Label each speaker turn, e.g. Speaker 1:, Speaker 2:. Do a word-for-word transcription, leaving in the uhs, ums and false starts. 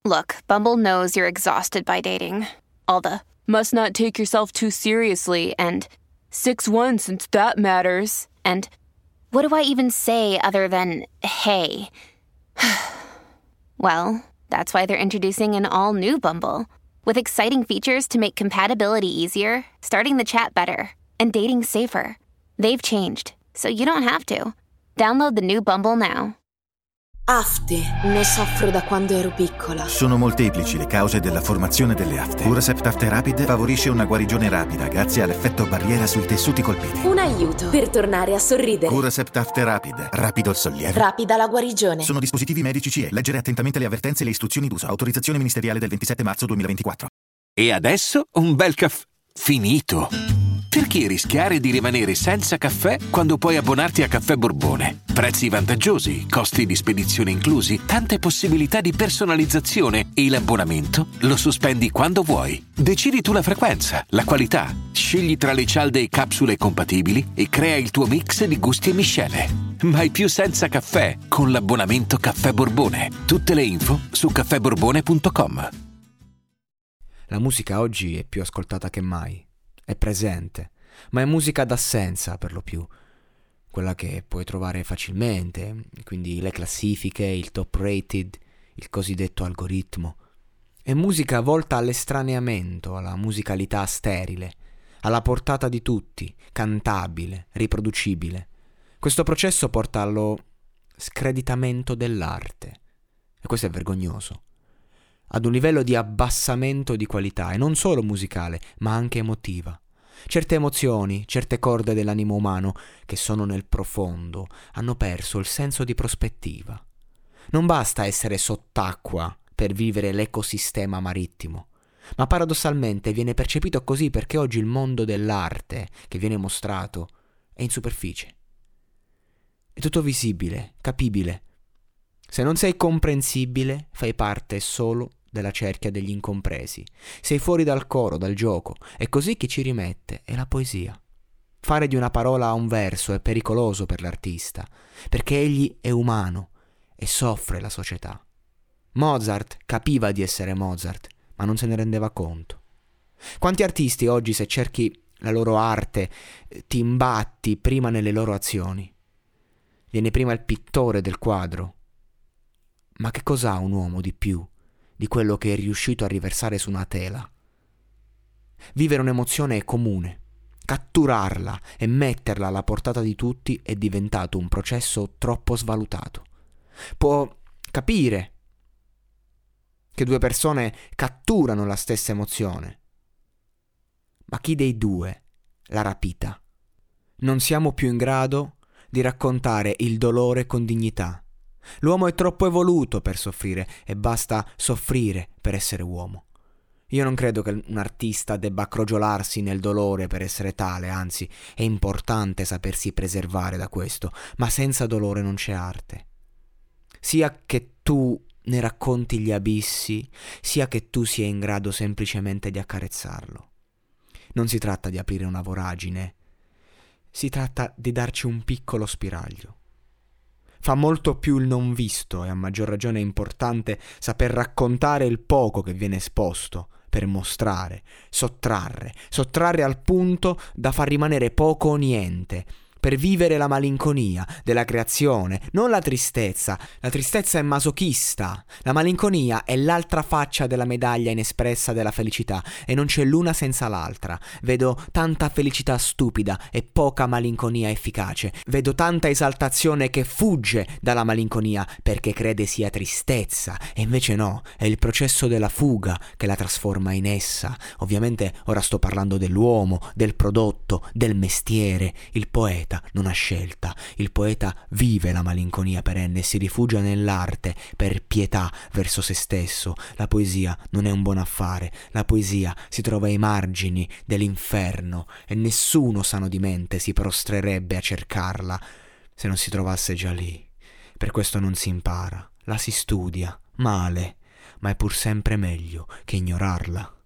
Speaker 1: Look, Bumble knows you're exhausted by dating. All the must not take yourself too seriously and six one since that matters. And what do I even say other than hey? Well, that's why they're introducing an all-new Bumble with exciting features to make compatibility easier, starting the chat better, and dating safer. They've changed, so you don't have to. Download the new Bumble now.
Speaker 2: Afte, ne soffro da quando ero piccola.
Speaker 3: Sono molteplici le cause della formazione delle afte. Curacept Afte Rapid favorisce una guarigione rapida grazie all'effetto barriera sui tessuti colpiti.
Speaker 2: Un aiuto per tornare a sorridere.
Speaker 3: Curacept Afte Rapid, rapido il sollievo.
Speaker 2: Rapida la guarigione.
Speaker 3: Sono dispositivi medici C E. Leggere attentamente le avvertenze e le istruzioni d'uso. Autorizzazione ministeriale del ventisette marzo duemilaventiquattro.
Speaker 4: E adesso un bel caffè finito. Perché rischiare di rimanere senza caffè quando puoi abbonarti a Caffè Borbone? Prezzi vantaggiosi, costi di spedizione inclusi, tante possibilità di personalizzazione e l'abbonamento lo sospendi quando vuoi. Decidi tu la frequenza, la qualità, scegli tra le cialde e capsule compatibili e crea il tuo mix di gusti e miscele. Mai più senza caffè con l'abbonamento Caffè Borbone. Tutte le info su caffè borbone punto com.
Speaker 5: La musica oggi è più ascoltata che mai. È presente, ma è musica d'assenza per lo più, quella che puoi trovare facilmente, quindi le classifiche, il top rated, il cosiddetto algoritmo. È musica volta all'estraneamento, alla musicalità sterile, alla portata di tutti, cantabile, riproducibile. Questo processo porta allo screditamento dell'arte, e questo è vergognoso, ad un livello di abbassamento di qualità, e non solo musicale, ma anche emotiva. Certe emozioni, certe corde dell'animo umano, che sono nel profondo, hanno perso il senso di prospettiva. Non basta essere sott'acqua per vivere l'ecosistema marittimo, ma paradossalmente viene percepito così perché oggi il mondo dell'arte che viene mostrato è in superficie. È tutto visibile, capibile. Se non sei comprensibile, fai parte solo della cerchia degli incompresi. Sei fuori dal coro, dal gioco, e così chi ci rimette è la poesia. Fare di una parola un verso è pericoloso per l'artista, perché egli è umano e soffre la società. Mozart capiva di essere Mozart, ma non se ne rendeva conto. Quanti artisti oggi, se cerchi la loro arte, ti imbatti prima nelle loro azioni? Viene prima il pittore del quadro. Ma che cos'ha un uomo di più di quello che è riuscito a riversare su una tela? Vivere un'emozione è comune. Catturarla e metterla alla portata di tutti è diventato un processo troppo svalutato. Può capire che due persone catturano la stessa emozione, ma chi dei due l'ha rapita? Non siamo più in grado di raccontare il dolore con dignità. L'uomo è troppo evoluto per soffrire e basta soffrire per essere uomo. Io non credo che un artista debba crogiolarsi nel dolore per essere tale, anzi è importante sapersi preservare da questo, ma senza dolore non c'è arte. Sia che tu ne racconti gli abissi, sia che tu sia in grado semplicemente di accarezzarlo. Non si tratta di aprire una voragine, si tratta di darci un piccolo spiraglio. Fa molto più il non visto e a maggior ragione è importante saper raccontare il poco che viene esposto per mostrare, sottrarre, sottrarre al punto da far rimanere poco o niente, per vivere la malinconia della creazione, non la tristezza. La tristezza è masochista, la malinconia è l'altra faccia della medaglia inespressa della felicità e non c'è l'una senza l'altra. Vedo tanta felicità stupida e poca malinconia efficace. Vedo tanta esaltazione che fugge dalla malinconia perché crede sia tristezza e invece no, è il processo della fuga che la trasforma in essa. Ovviamente ora sto parlando dell'uomo, del prodotto, del mestiere. Il poeta non ha scelta, il poeta vive la malinconia perenne e si rifugia nell'arte per pietà verso se stesso. La poesia non è un buon affare, la poesia si trova ai margini dell'inferno e nessuno sano di mente si prostrerebbe a cercarla se non si trovasse già lì. Per questo non si impara, la si studia, male, ma è pur sempre meglio che ignorarla.